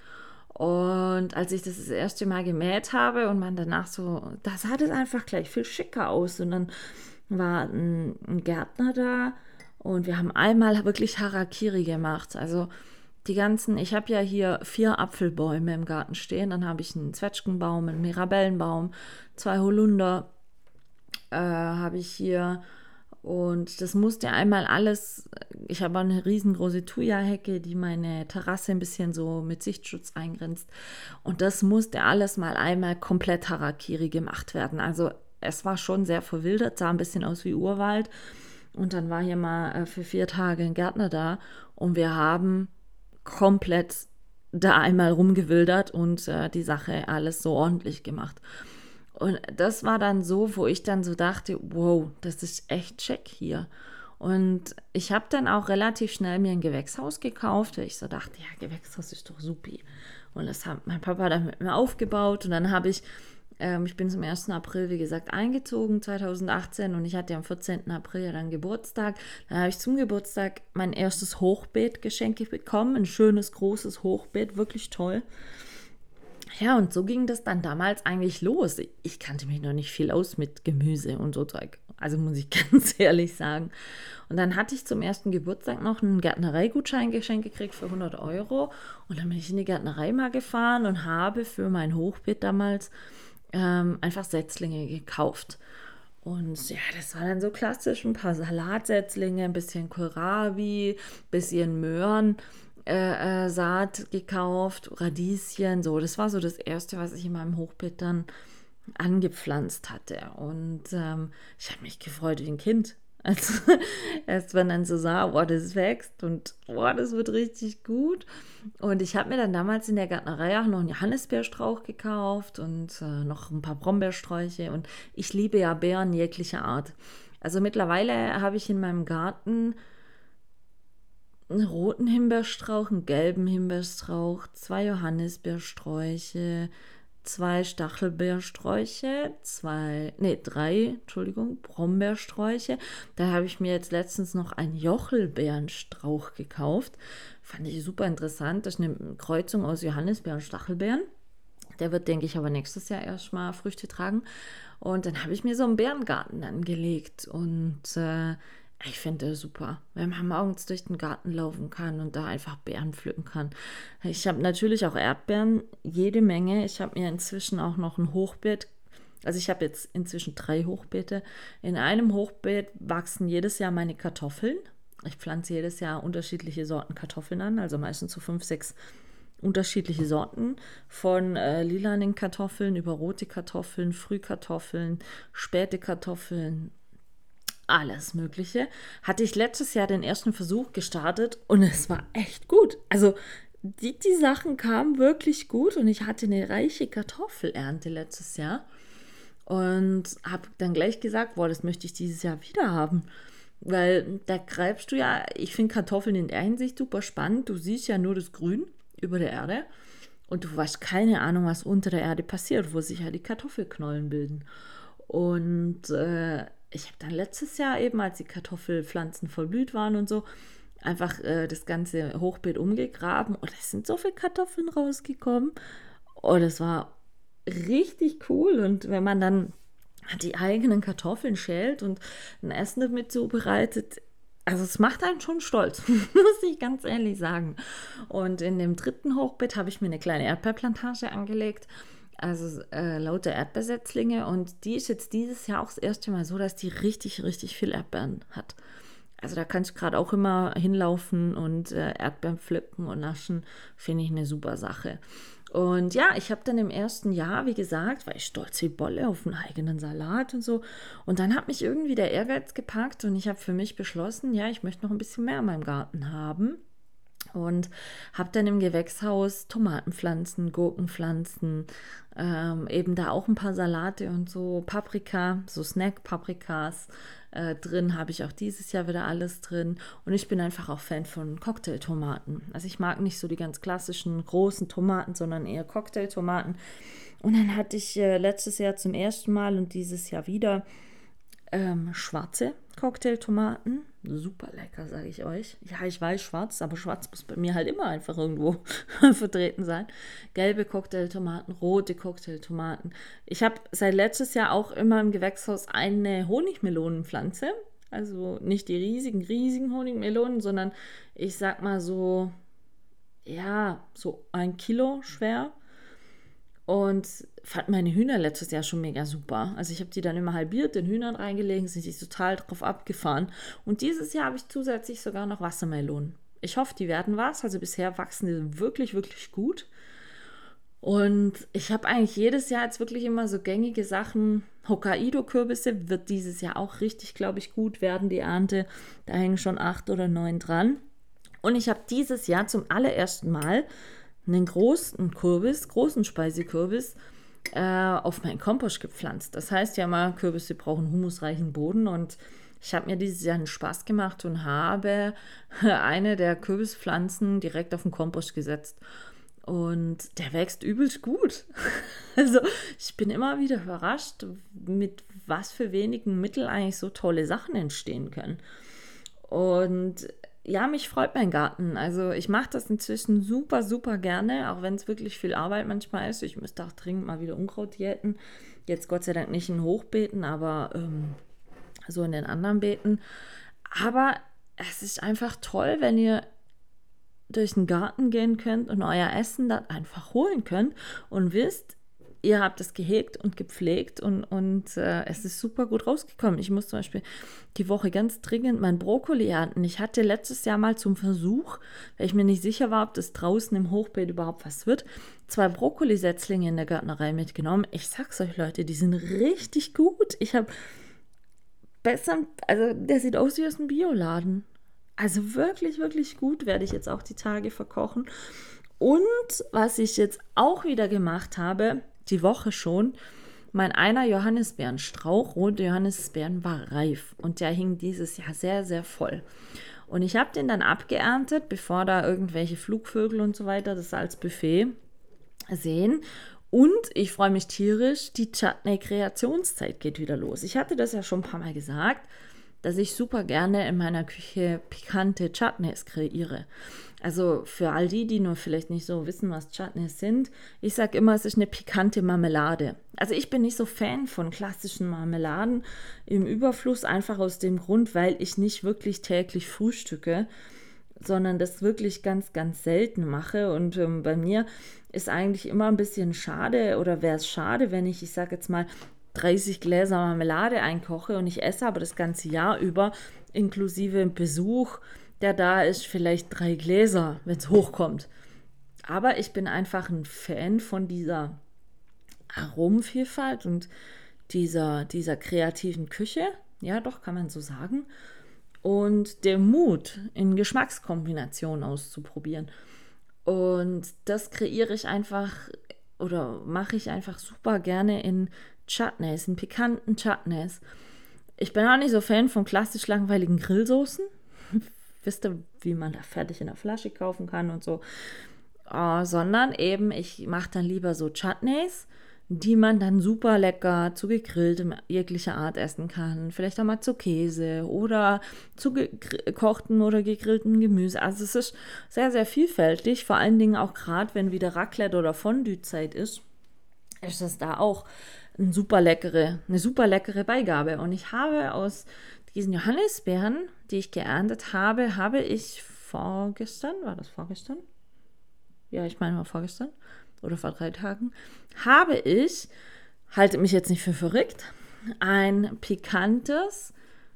Und als ich das das erste Mal gemäht habe und man danach so, da sah das einfach gleich viel schicker aus. Und dann war ein, ein Gärtner da und wir haben einmal wirklich Harakiri gemacht. Also die ganzen, ich habe ja hier vier Apfelbäume im Garten stehen. Dann habe ich einen Zwetschgenbaum, einen Mirabellenbaum, zwei Holunder äh, habe ich hier. Und das musste einmal alles, ich habe eine riesengroße Thuja-Hecke, die meine Terrasse ein bisschen so mit Sichtschutz eingrenzt. Und das musste alles mal einmal komplett Harakiri gemacht werden. Also es war schon sehr verwildert, sah ein bisschen aus wie Urwald. Und dann war hier mal für vier Tage ein Gärtner da und wir haben komplett da einmal rumgewildert und äh, die Sache alles so ordentlich gemacht. Und das war dann so, wo ich dann so dachte, wow, das ist echt schick hier. Und ich habe dann auch relativ schnell mir ein Gewächshaus gekauft, weil ich so dachte, ja, Gewächshaus ist doch supi. Und das hat mein Papa dann mit mir aufgebaut und dann habe ich, ähm, ich bin zum ersten April, wie gesagt, eingezogen, zweitausendachtzehn und ich hatte am vierzehnten April ja dann Geburtstag. Dann habe ich zum Geburtstag mein erstes Hochbeet geschenkt bekommen, ein schönes, großes Hochbeet, wirklich toll. Ja, und so ging das dann damals eigentlich los. Ich kannte mich noch nicht viel aus mit Gemüse und so Zeug. Also muss ich ganz ehrlich sagen. Und dann hatte ich zum ersten Geburtstag noch einen Gärtnereigutschein geschenkt gekriegt für hundert Euro. Und dann bin ich in die Gärtnerei mal gefahren und habe für mein Hochbeet damals ähm, einfach Setzlinge gekauft. Und ja, das war dann so klassisch, ein paar Salatsetzlinge, ein bisschen Kohlrabi, bisschen Möhren. Äh, äh, Saat gekauft, Radieschen, so. Das war so das Erste, was ich in meinem Hochbeet dann angepflanzt hatte. Und ähm, ich habe mich gefreut wie ein Kind. Also erst wenn dann so sah, oh, das wächst und oh, das wird richtig gut. Und ich habe mir dann damals in der Gärtnerei auch noch einen Johannisbeerstrauch gekauft und äh, noch ein paar Brombeersträuche. Und ich liebe ja Beeren jeglicher Art. Also mittlerweile habe ich in meinem Garten einen roten Himbeerstrauch, einen gelben Himbeerstrauch, zwei Johannisbeersträuche, zwei Stachelbeersträuche, zwei, nee, drei, Entschuldigung, Brombeersträuche. Da habe ich mir jetzt letztens noch einen Jochelbeerenstrauch gekauft. Fand ich super interessant. Das ist eine Kreuzung aus Johannisbeeren und Stachelbeeren. Der wird, denke ich, aber nächstes Jahr erstmal Früchte tragen. Und dann habe ich mir so einen Beerengarten angelegt und äh, ich finde das super, wenn man morgens durch den Garten laufen kann und da einfach Beeren pflücken kann. Ich habe natürlich auch Erdbeeren, jede Menge. Ich habe mir inzwischen auch noch ein Hochbeet. Also ich habe jetzt inzwischen drei Hochbeete. In einem Hochbeet wachsen jedes Jahr meine Kartoffeln. Ich pflanze jedes Jahr unterschiedliche Sorten Kartoffeln an, also meistens so fünf, sechs unterschiedliche Sorten von äh, lilanen Kartoffeln über rote Kartoffeln, Frühkartoffeln, späte Kartoffeln, alles Mögliche. Hatte ich letztes Jahr den ersten Versuch gestartet und es war echt gut. Also die, die Sachen kamen wirklich gut und ich hatte eine reiche Kartoffelernte letztes Jahr und habe dann gleich gesagt, boah, das möchte ich dieses Jahr wieder haben. Weil da greifst du ja, ich finde Kartoffeln in der Hinsicht super spannend. Du siehst ja nur das Grün über der Erde und du hast keine Ahnung, was unter der Erde passiert, wo sich ja die Kartoffelknollen bilden. Und äh, ich habe dann letztes Jahr eben, als die Kartoffelpflanzen verblüht waren und so, einfach äh, das ganze Hochbeet umgegraben und es sind so viele Kartoffeln rausgekommen. Und das war richtig cool. Und wenn man dann die eigenen Kartoffeln schält und ein Essen damit zubereitet, also es macht einen schon stolz, muss ich ganz ehrlich sagen. Und in dem dritten Hochbeet habe ich mir eine kleine Erdbeerplantage angelegt, also äh, lauter Erdbeersetzlinge. Und die ist jetzt dieses Jahr auch das erste Mal so, dass die richtig, richtig viel Erdbeeren hat. Also da kannst du gerade auch immer hinlaufen und äh, Erdbeeren pflücken und naschen. Finde ich eine super Sache. Und ja, ich habe dann im ersten Jahr, wie gesagt, war ich stolz wie Bolle auf einen eigenen Salat und so. Und dann hat mich irgendwie der Ehrgeiz gepackt und ich habe für mich beschlossen, ja, ich möchte noch ein bisschen mehr in meinem Garten haben. Und habe dann im Gewächshaus Tomatenpflanzen, Gurkenpflanzen, ähm, eben da auch ein paar Salate und so, Paprika, so Snack-Paprikas äh, drin, habe ich auch dieses Jahr wieder alles drin. Und ich bin einfach auch Fan von Cocktailtomaten. Also ich mag nicht so die ganz klassischen großen Tomaten, sondern eher Cocktailtomaten. Und dann hatte ich äh, letztes Jahr zum ersten Mal und dieses Jahr wieder ähm, schwarze Cocktailtomaten. Super lecker, sage ich euch. Ja, ich weiß schwarz, aber schwarz muss bei mir halt immer einfach irgendwo vertreten sein. Gelbe Cocktailtomaten, rote Cocktailtomaten. Ich habe seit letztes Jahr auch immer im Gewächshaus eine Honigmelonenpflanze. Also nicht die riesigen, riesigen Honigmelonen, sondern ich sag mal so, ja, so ein Kilo schwer. Und fand meine Hühner letztes Jahr schon mega super. Also ich habe die dann immer halbiert, den Hühnern reingelegt, sind die total drauf abgefahren. Und dieses Jahr habe ich zusätzlich sogar noch Wassermelonen. Ich hoffe, die werden was. Also bisher wachsen die wirklich, wirklich gut. Und ich habe eigentlich jedes Jahr jetzt wirklich immer so gängige Sachen. Hokkaido-Kürbisse wird dieses Jahr auch richtig, glaube ich, gut werden, die Ernte. Da hängen schon acht oder neun dran. Und ich habe dieses Jahr zum allerersten Mal einen großen Kürbis, großen Speisekürbis, äh, auf meinen Kompost gepflanzt. Das heißt ja mal, Kürbisse brauchen humusreichen Boden und ich habe mir dieses Jahr einen Spaß gemacht und habe eine der Kürbispflanzen direkt auf den Kompost gesetzt. Und der wächst übelst gut. Also ich bin immer wieder überrascht, mit was für wenigen Mitteln eigentlich so tolle Sachen entstehen können. Und ja, mich freut mein Garten. Also ich mache das inzwischen super, super gerne, auch wenn es wirklich viel Arbeit manchmal ist. Ich müsste auch dringend mal wieder Unkraut jäten. Jetzt Gott sei Dank nicht in Hochbeeten, aber ähm, so in den anderen Beeten. Aber es ist einfach toll, wenn ihr durch den Garten gehen könnt und euer Essen dann einfach holen könnt und wisst, ihr habt es gehegt und gepflegt und, und äh, es ist super gut rausgekommen. Ich muss zum Beispiel die Woche ganz dringend mein Brokkoli ernten. Ich hatte letztes Jahr mal zum Versuch, weil ich mir nicht sicher war, ob das draußen im Hochbeet überhaupt was wird, zwei Brokkolisetzlinge in der Gärtnerei mitgenommen. Ich sag's euch, Leute, die sind richtig gut. Ich habe besser, also der sieht aus wie aus einem Bioladen. Also wirklich, wirklich gut, werde ich jetzt auch die Tage verkochen. Und was ich jetzt auch wieder gemacht habe, die Woche schon, mein einer Johannisbeerenstrauch, rote Johannisbeeren, war reif und der hing dieses Jahr sehr, sehr voll. Und ich habe den dann abgeerntet, bevor da irgendwelche Flugvögel und so weiter das als Buffet sehen. Und ich freue mich tierisch, die Chutney-Kreationszeit geht wieder los. Ich hatte das ja schon ein paar Mal gesagt, dass ich super gerne in meiner Küche pikante Chutneys kreiere. Also für all die, die nur vielleicht nicht so wissen, was Chutneys sind, ich sage immer, es ist eine pikante Marmelade. Also ich bin nicht so Fan von klassischen Marmeladen im Überfluss, einfach aus dem Grund, weil ich nicht wirklich täglich frühstücke, sondern das wirklich ganz, ganz selten mache. Und ähm, bei mir ist eigentlich immer ein bisschen schade, oder wäre es schade, wenn ich, ich sage jetzt mal, dreißig Gläser Marmelade einkoche und ich esse aber das ganze Jahr über, inklusive Besuch, der da ist, vielleicht drei Gläser, wenn es hochkommt. Aber ich bin einfach ein Fan von dieser Aromenvielfalt und dieser, dieser kreativen Küche. Ja, doch, kann man so sagen. Und der Mut, in Geschmackskombinationen auszuprobieren. Und das kreiere ich einfach oder mache ich einfach super gerne in Chutneys, in pikanten Chutneys. Ich bin auch nicht so Fan von klassisch langweiligen Grillsoßen. Wisst ihr, wie man da fertig in der Flasche kaufen kann und so. Oh, sondern eben, ich mache dann lieber so Chutneys, die man dann super lecker zu gegrilltem jeglicher Art essen kann. Vielleicht auch mal zu Käse oder zu gekochtem oder gegrilltem Gemüse. Also es ist sehr, sehr vielfältig. Vor allen Dingen auch gerade, wenn wieder Raclette oder Fondue-Zeit ist, ist das da auch eine super leckere, eine super leckere Beigabe. Und ich habe aus diesen Johannisbeeren, die ich geerntet habe, habe ich vorgestern, war das vorgestern? Ja, ich meine mal vorgestern oder vor drei Tagen, habe ich, haltet mich jetzt nicht für verrückt, ein pikantes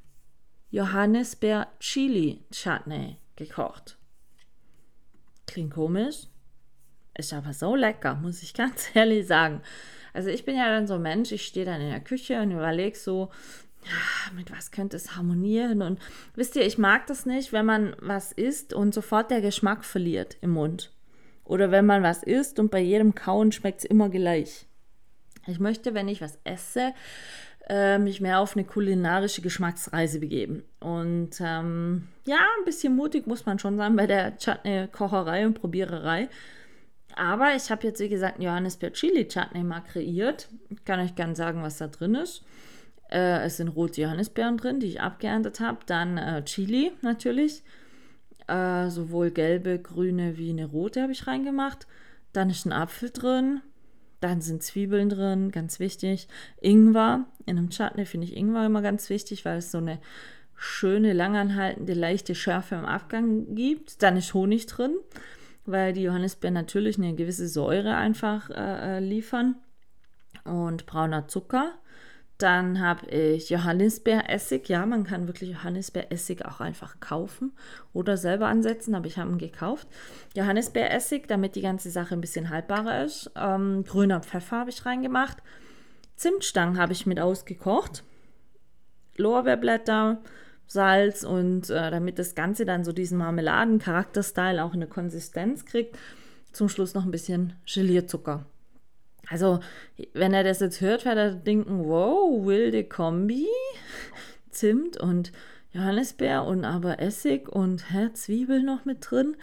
Johannisbeer-Chili-Chutney gekocht. Klingt komisch, ist aber so lecker, muss ich ganz ehrlich sagen. Also ich bin ja dann so ein Mensch, ich stehe dann in der Küche und überlege so, ja, mit was könnte es harmonieren? Und wisst ihr, ich mag das nicht, wenn man was isst und sofort der Geschmack verliert im Mund. Oder wenn man was isst und bei jedem Kauen schmeckt es immer gleich. Ich möchte, wenn ich was esse, äh, mich mehr auf eine kulinarische Geschmacksreise begeben. Und ähm, ja, ein bisschen mutig muss man schon sein bei der Chutney-Kocherei und Probiererei. Aber ich habe jetzt, wie gesagt, einen Johannisbeer-Chili-Chutney mal kreiert. Ich kann euch gerne sagen, was da drin ist. Äh, es sind rote Johannisbeeren drin, die ich abgeerntet habe. Dann äh, Chili natürlich. Äh, sowohl gelbe, grüne wie eine rote habe ich reingemacht. Dann ist ein Apfel drin. Dann sind Zwiebeln drin, ganz wichtig. Ingwer. In einem Chutney finde ich Ingwer immer ganz wichtig, weil es so eine schöne, langanhaltende, leichte Schärfe im Abgang gibt. Dann ist Honig drin, weil die Johannisbeeren natürlich eine gewisse Säure einfach äh, liefern. Und brauner Zucker. Dann habe ich Johannisbeeressig. Ja, man kann wirklich Johannisbeeressig auch einfach kaufen oder selber ansetzen, aber ich habe ihn gekauft. Johannisbeeressig, damit die ganze Sache ein bisschen haltbarer ist. Ähm, grüner Pfeffer habe ich reingemacht. Zimtstangen habe ich mit ausgekocht. Lorbeerblätter, Salz und äh, damit das Ganze dann so diesen Marmeladen-Charakter-Style auch eine Konsistenz kriegt, zum Schluss noch ein bisschen Gelierzucker. Also, wenn er das jetzt hört, wird er denken, wow, wilde Kombi, Zimt und Johannisbeer und aber Essig und hä, Zwiebel noch mit drin.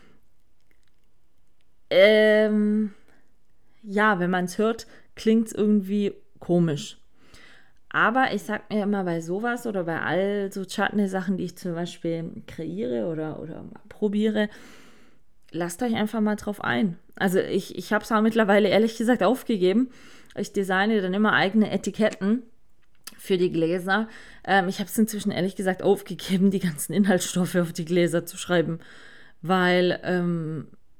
Ähm, ja, wenn man es hört, klingt es irgendwie komisch. Aber ich sag mir immer bei sowas oder bei all so Chutney-Sachen, die ich zum Beispiel kreiere oder, oder probiere, lasst euch einfach mal drauf ein. Also ich, ich habe es auch mittlerweile ehrlich gesagt aufgegeben. Ich designe dann immer eigene Etiketten für die Gläser. Ähm, ich habe es inzwischen ehrlich gesagt aufgegeben, die ganzen Inhaltsstoffe auf die Gläser zu schreiben, weil ähm,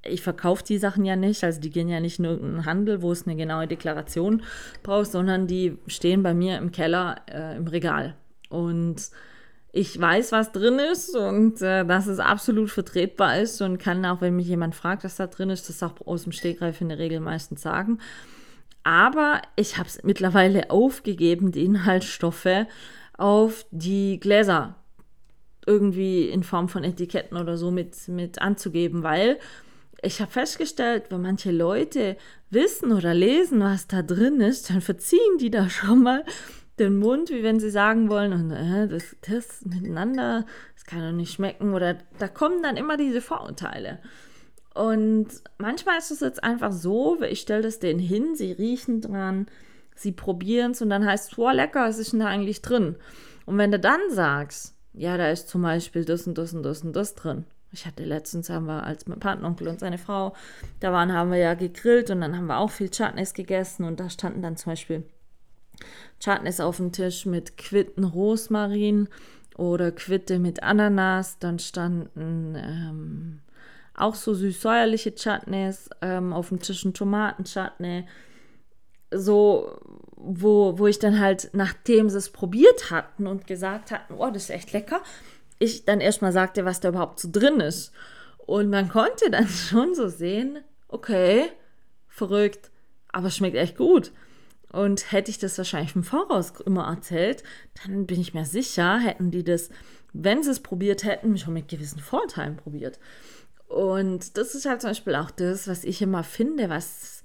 ich verkaufe die Sachen ja nicht, also die gehen ja nicht in irgendeinen Handel, wo es eine genaue Deklaration braucht, sondern die stehen bei mir im Keller äh, im Regal. Und ich weiß, was drin ist und äh, dass es absolut vertretbar ist und kann auch, wenn mich jemand fragt, was da drin ist, das auch aus dem Stegreif in der Regel meistens sagen. Aber ich habe es mittlerweile aufgegeben, die Inhaltsstoffe auf die Gläser irgendwie in Form von Etiketten oder so mit, mit anzugeben, weil ich habe festgestellt, wenn manche Leute wissen oder lesen, was da drin ist, dann verziehen die da schon mal den Mund, wie wenn sie sagen wollen, und, äh, das, das miteinander, das kann doch nicht schmecken. Oder da kommen dann immer diese Vorurteile. Und manchmal ist es jetzt einfach so, ich stelle das denen hin, sie riechen dran, sie probieren es und dann heißt es, boah, lecker, was ist denn da eigentlich drin? Und wenn du dann sagst, ja, da ist zum Beispiel das und das und das und das drin. Ich hatte letztens, haben wir als mein Patenonkel und seine Frau, da waren, haben wir ja gegrillt und dann haben wir auch viel Chutneys gegessen und da standen dann zum Beispiel Chutneys auf dem Tisch mit Quitten Rosmarin oder Quitte mit Ananas. Dann standen ähm, auch so süß-säuerliche Chutneys ähm, auf dem Tisch, ein Tomaten-Chutney. So, wo, wo ich dann halt, nachdem sie es probiert hatten und gesagt hatten, oh, das ist echt lecker, ich dann erstmal sagte, was da überhaupt so drin ist. Und man konnte dann schon so sehen, okay, verrückt, aber es schmeckt echt gut. Und hätte ich das wahrscheinlich im Voraus immer erzählt, dann bin ich mir sicher, hätten die das, wenn sie es probiert hätten, schon mit gewissen Vorteilen probiert. Und das ist halt zum Beispiel auch das, was ich immer finde, was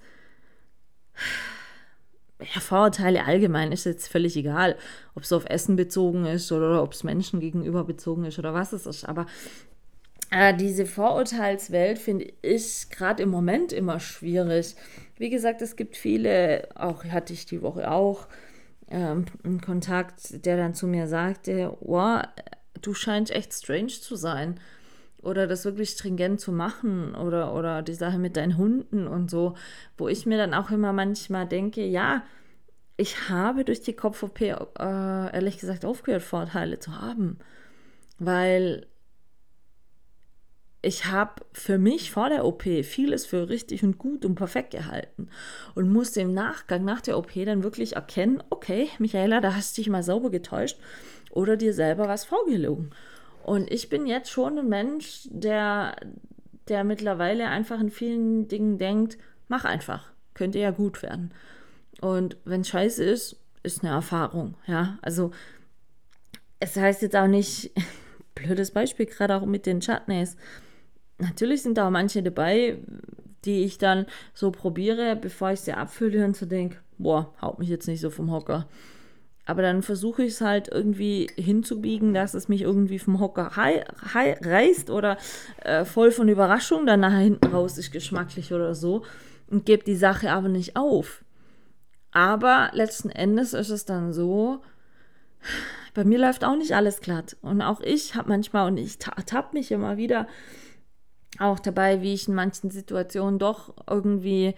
ja, Vorurteile allgemein ist jetzt völlig egal, ob es auf Essen bezogen ist oder ob es Menschen gegenüber bezogen ist oder was es ist. Aber äh, diese Vorurteilswelt finde ich gerade im Moment immer schwierig. Wie gesagt, es gibt viele, auch hatte ich die Woche auch, ähm, einen Kontakt, der dann zu mir sagte, wow, du scheinst echt strange zu sein. Oder das wirklich stringent zu machen oder, oder die Sache mit deinen Hunden und so, wo ich mir dann auch immer manchmal denke, ja, ich habe durch die Kopf-O P äh, ehrlich gesagt aufgehört, Vorteile zu haben. Weil ich habe für mich vor der O P vieles für richtig und gut und perfekt gehalten und musste im Nachgang, nach der O P dann wirklich erkennen, okay, Michaela, da hast du dich mal sauber getäuscht oder dir selber was vorgelogen. Und ich bin jetzt schon ein Mensch, der, der mittlerweile einfach in vielen Dingen denkt, mach einfach, könnte ja gut werden. Und wenn es scheiße ist, ist eine Erfahrung, ja. Also es heißt jetzt auch nicht, blödes Beispiel, gerade auch mit den Chutneys. Natürlich sind da auch manche dabei, die ich dann so probiere, bevor ich sie abfülle und so denke, boah, haut mich jetzt nicht so vom Hocker. Aber dann versuche ich es halt irgendwie hinzubiegen, dass es mich irgendwie vom Hocker hei- hei- reißt oder äh, voll von Überraschung dann nachher hinten raus ist geschmacklich oder so und gebe die Sache aber nicht auf. Aber letzten Endes ist es dann so, bei mir läuft auch nicht alles glatt. Und auch ich habe manchmal, und ich ertappe mich immer wieder auch dabei, wie ich in manchen Situationen doch irgendwie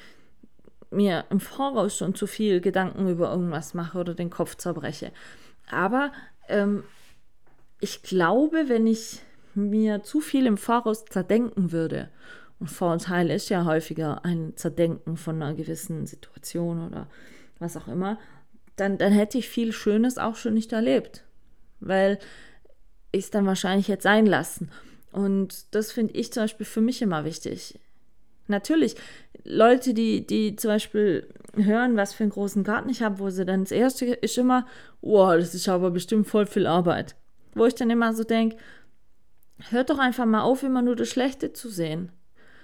mir im Voraus schon zu viel Gedanken über irgendwas mache oder den Kopf zerbreche. Aber ähm, ich glaube, wenn ich mir zu viel im Voraus zerdenken würde, und Vorurteil ist ja häufiger ein Zerdenken von einer gewissen Situation oder was auch immer, dann, dann hätte ich viel Schönes auch schon nicht erlebt, weil ich es dann wahrscheinlich hätte sein lassen. Und das finde ich zum Beispiel für mich immer wichtig. Natürlich, Leute, die, die zum Beispiel hören, was für einen großen Garten ich habe, wo sie dann das Erste ist immer, wow, das ist aber bestimmt voll viel Arbeit. Wo ich dann immer so denke, hört doch einfach mal auf, immer nur das Schlechte zu sehen.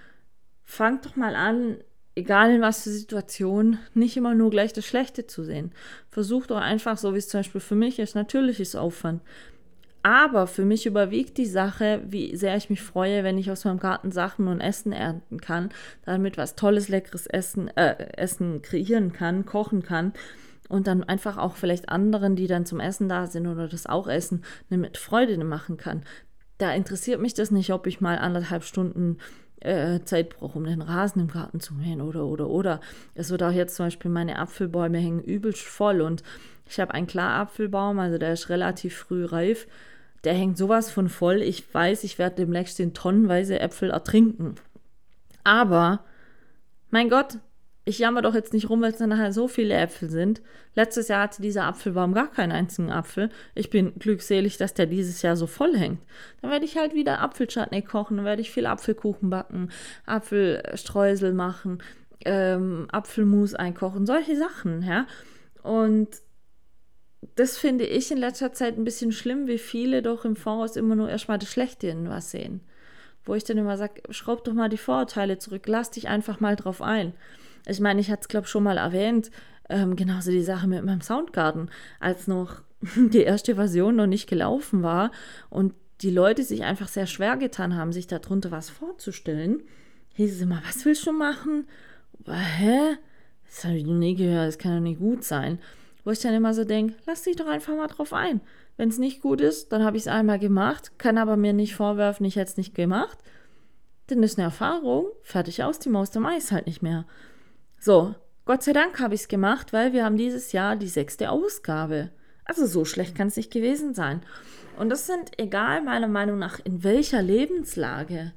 Fangt doch mal an, egal in was für Situation, nicht immer nur gleich das Schlechte zu sehen. Versucht doch einfach, so wie es zum Beispiel für mich ist, natürlich ist Aufwand. Aber für mich überwiegt die Sache, wie sehr ich mich freue, wenn ich aus meinem Garten Sachen und Essen ernten kann, damit was Tolles, leckeres Essen, äh, Essen kreieren kann, kochen kann und dann einfach auch vielleicht anderen, die dann zum Essen da sind oder das auch essen, mit Freude machen kann. Da interessiert mich das nicht, ob ich mal anderthalb Stunden äh, Zeit brauche, um den Rasen im Garten zu mähen oder, oder, oder. Es wird auch jetzt zum Beispiel, meine Apfelbäume hängen übelst voll und ich habe einen Klarapfelbaum, also der ist relativ früh reif. Der hängt sowas von voll. Ich weiß, ich werde demnächst den tonnenweise Äpfel ertrinken. Aber, mein Gott, ich jammer doch jetzt nicht rum, weil es dann nachher so viele Äpfel sind. Letztes Jahr hatte dieser Apfelbaum gar keinen einzigen Apfel. Ich bin glückselig, dass der dieses Jahr so voll hängt. Dann werde ich halt wieder Apfelchutney kochen, dann werde ich viel Apfelkuchen backen, Apfelstreusel machen, ähm, Apfelmus einkochen, solche Sachen, ja. Und das finde ich in letzter Zeit ein bisschen schlimm, wie viele doch im Voraus immer nur erstmal das Schlechte in was sehen. Wo ich dann immer sage, schraub doch mal die Vorurteile zurück, lass dich einfach mal drauf ein. Ich meine, ich hatte es, glaube ich, schon mal erwähnt, ähm, genauso die Sache mit meinem Soundgarden, als noch die erste Version noch nicht gelaufen war und die Leute sich einfach sehr schwer getan haben, sich darunter was vorzustellen, hieß es immer, was willst du machen? Hä? Das habe ich noch nie gehört, das kann doch nicht gut sein. Wo ich dann immer so denke, lass dich doch einfach mal drauf ein. Wenn es nicht gut ist, dann habe ich es einmal gemacht, kann aber mir nicht vorwerfen, ich hätte es nicht gemacht. Dann ist eine Erfahrung, fertig aus, die Maus, der Mais halt nicht mehr. So, Gott sei Dank habe ich es gemacht, weil wir haben dieses Jahr die sechste Ausgabe. Also so schlecht kann es nicht gewesen sein. Und das sind, egal meiner Meinung nach, in welcher Lebenslage.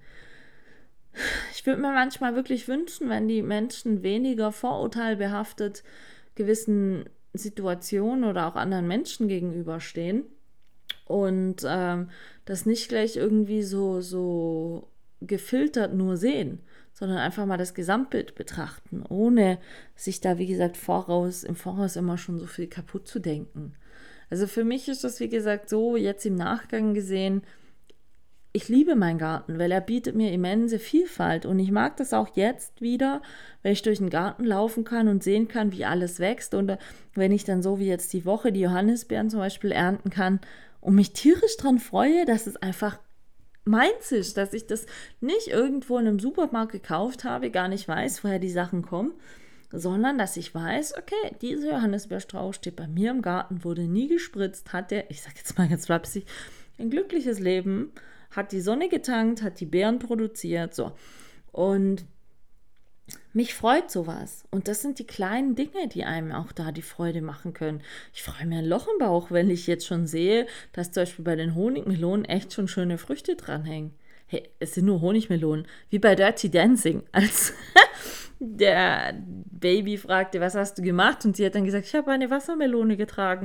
Ich würde mir manchmal wirklich wünschen, wenn die Menschen weniger vorurteilbehaftet gewissen Situationen oder auch anderen Menschen gegenüberstehen und ähm, das nicht gleich irgendwie so, so gefiltert nur sehen, sondern einfach mal das Gesamtbild betrachten, ohne sich da, wie gesagt, voraus, im Voraus immer schon so viel kaputt zu denken. Also für mich ist das, wie gesagt, so jetzt im Nachgang gesehen, ich liebe meinen Garten, weil er bietet mir immense Vielfalt und ich mag das auch jetzt wieder, wenn ich durch den Garten laufen kann und sehen kann, wie alles wächst und wenn ich dann so wie jetzt die Woche die Johannisbeeren zum Beispiel ernten kann und mich tierisch dran freue, dass es einfach meins ist, dass ich das nicht irgendwo in einem Supermarkt gekauft habe, gar nicht weiß, woher die Sachen kommen, sondern dass ich weiß, okay, dieser Johannisbeerstrauch steht bei mir im Garten, wurde nie gespritzt, hat der, ich sag jetzt mal ganz flapsig, ein glückliches Leben, hat die Sonne getankt, hat die Beeren produziert, so. Und mich freut sowas. Und das sind die kleinen Dinge, die einem auch da die Freude machen können. Ich freue mir ein Loch im Bauch, wenn ich jetzt schon sehe, dass zum Beispiel bei den Honigmelonen echt schon schöne Früchte dranhängen. Hey, es sind nur Honigmelonen, wie bei Dirty Dancing, als der Baby fragte, was hast du gemacht? Und sie hat dann gesagt, ich habe eine Wassermelone getragen.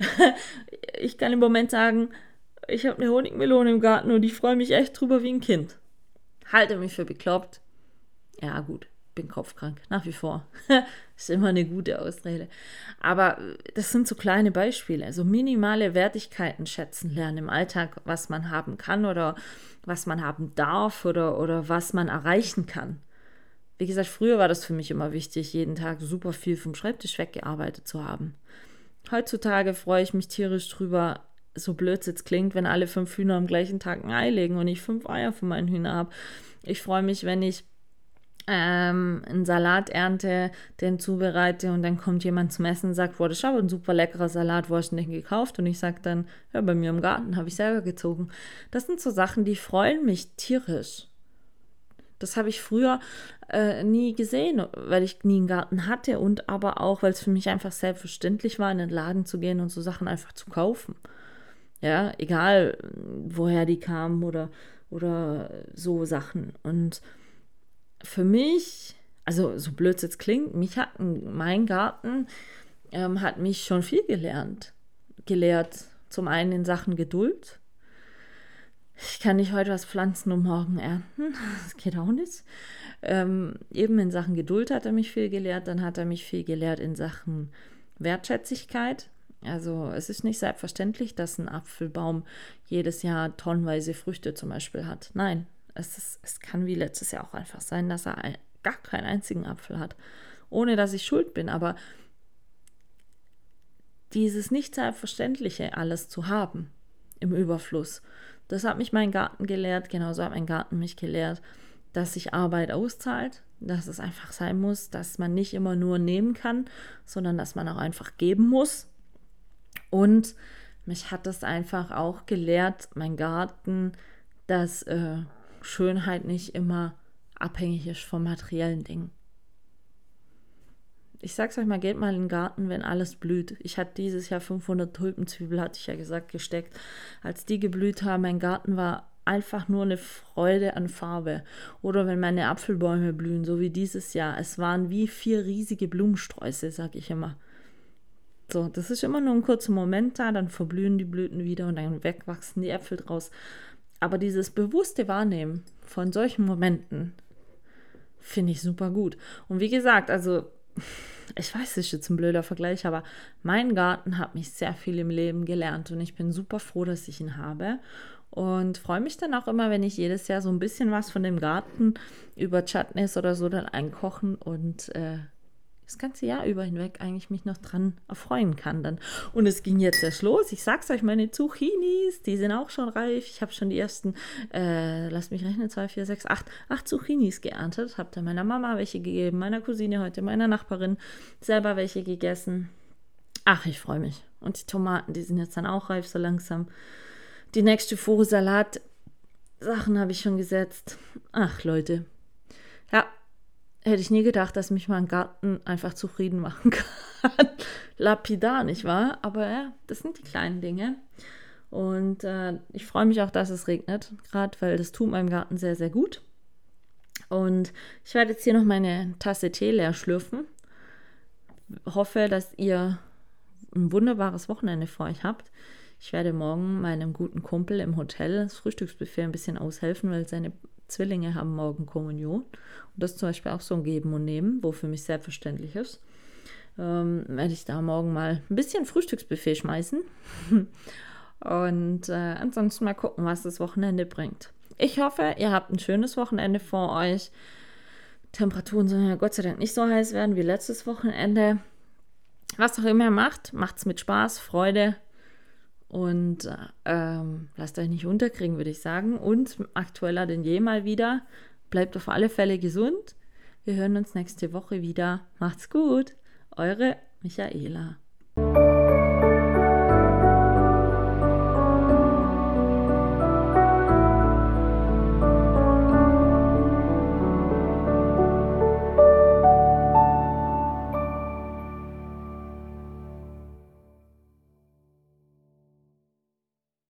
Ich kann im Moment sagen, ich habe eine Honigmelone im Garten und ich freue mich echt drüber wie ein Kind. Halte mich für bekloppt. Ja gut, bin kopfkrank, nach wie vor. Ist immer eine gute Ausrede. Aber das sind so kleine Beispiele, also minimale Wertigkeiten schätzen lernen im Alltag, was man haben kann oder was man haben darf oder, oder was man erreichen kann. Wie gesagt, früher war das für mich immer wichtig, jeden Tag super viel vom Schreibtisch weggearbeitet zu haben. Heutzutage freue ich mich tierisch drüber, so blöd es jetzt klingt, wenn alle fünf Hühner am gleichen Tag ein Ei legen und ich fünf Eier von meinen Hühnern habe. Ich freue mich, wenn ich ähm, einen Salat ernte, den zubereite und dann kommt jemand zum Essen und sagt, boah, das ist aber ein super leckerer Salat, wo hast du den gekauft? Und ich sage dann, ja, bei mir im Garten, habe ich selber gezogen. Das sind so Sachen, die freuen mich tierisch. Das habe ich früher äh, nie gesehen, weil ich nie einen Garten hatte und aber auch, weil es für mich einfach selbstverständlich war, in den Laden zu gehen und so Sachen einfach zu kaufen. Ja, egal woher die kamen oder, oder so Sachen. Und für mich, also so blöd es jetzt klingt, mich hat mein Garten ähm, hat mich schon viel gelernt. Gelehrt zum einen in Sachen Geduld. Ich kann nicht heute was pflanzen und morgen ernten. Das geht auch nicht. Ähm, eben in Sachen Geduld hat er mich viel gelehrt. Dann hat er mich viel gelehrt in Sachen Wertschätzigkeit. Also es ist nicht selbstverständlich, dass ein Apfelbaum jedes Jahr tonnenweise Früchte zum Beispiel hat. Nein, es, ist, es kann wie letztes Jahr auch einfach sein, dass er ein, gar keinen einzigen Apfel hat. Ohne dass ich schuld bin. Aber dieses nicht Selbstverständliche alles zu haben im Überfluss, das hat mich mein Garten gelehrt, genauso hat mein Garten mich gelehrt, dass sich Arbeit auszahlt, dass es einfach sein muss, dass man nicht immer nur nehmen kann, sondern dass man auch einfach geben muss. Und mich hat das einfach auch gelehrt, mein Garten, dass äh, Schönheit nicht immer abhängig ist von materiellen Dingen. Ich sag's euch mal, geht mal in den Garten, wenn alles blüht. Ich hatte dieses Jahr fünfhundert Tulpenzwiebel, hatte ich ja gesagt, gesteckt. Als die geblüht haben, mein Garten war einfach nur eine Freude an Farbe. Oder wenn meine Apfelbäume blühen, so wie dieses Jahr. Es waren wie vier riesige Blumensträuße, sag ich immer. So, das ist immer nur ein kurzer Moment da, dann verblühen die Blüten wieder und dann wegwachsen die Äpfel draus. Aber dieses bewusste Wahrnehmen von solchen Momenten finde ich super gut. Und wie gesagt, also ich weiß, das ist jetzt ein blöder Vergleich, aber mein Garten hat mich sehr viel im Leben gelernt und ich bin super froh, dass ich ihn habe und freue mich dann auch immer, wenn ich jedes Jahr so ein bisschen was von dem Garten über Chutneys oder so dann einkochen und äh, das ganze Jahr über hinweg eigentlich mich noch dran erfreuen kann dann. Und es ging jetzt erst los. Ich sag's euch, meine Zucchinis, die sind auch schon reif. Ich habe schon die ersten, äh, lasst mich rechnen, zwei, vier, sechs, acht, acht Zucchinis geerntet. Habe dann meiner Mama welche gegeben, meiner Cousine heute, meiner Nachbarin selber welche gegessen. Ach, ich freue mich. Und die Tomaten, die sind jetzt dann auch reif so langsam. Die nächste Fuhre Salat, Sachen habe ich schon gesetzt. Ach, Leute. Ja, hätte ich nie gedacht, dass mich mein Garten einfach zufrieden machen kann. Lapidar, nicht wahr? Aber ja, das sind die kleinen Dinge. Und äh, ich freue mich auch, dass es regnet, gerade weil das tut meinem Garten sehr, sehr gut. Und ich werde jetzt hier noch meine Tasse Tee leer schlürfen. Hoffe, dass ihr ein wunderbares Wochenende vor euch habt. Ich werde morgen meinem guten Kumpel im Hotel das Frühstücksbuffet ein bisschen aushelfen, weil seine Zwillinge haben morgen Kommunion. Und das ist zum Beispiel auch so ein Geben und Nehmen, wo für mich selbstverständlich ist. Ähm, werde ich da morgen mal ein bisschen Frühstücksbuffet schmeißen. Und äh, ansonsten mal gucken, was das Wochenende bringt. Ich hoffe, ihr habt ein schönes Wochenende vor euch. Temperaturen sollen ja Gott sei Dank nicht so heiß werden wie letztes Wochenende. Was auch immer ihr macht, macht's mit Spaß, Freude. Und ähm, lasst euch nicht unterkriegen, würde ich sagen. Und aktueller denn je mal wieder. Bleibt auf alle Fälle gesund. Wir hören uns nächste Woche wieder. Macht's gut. Eure Michaela.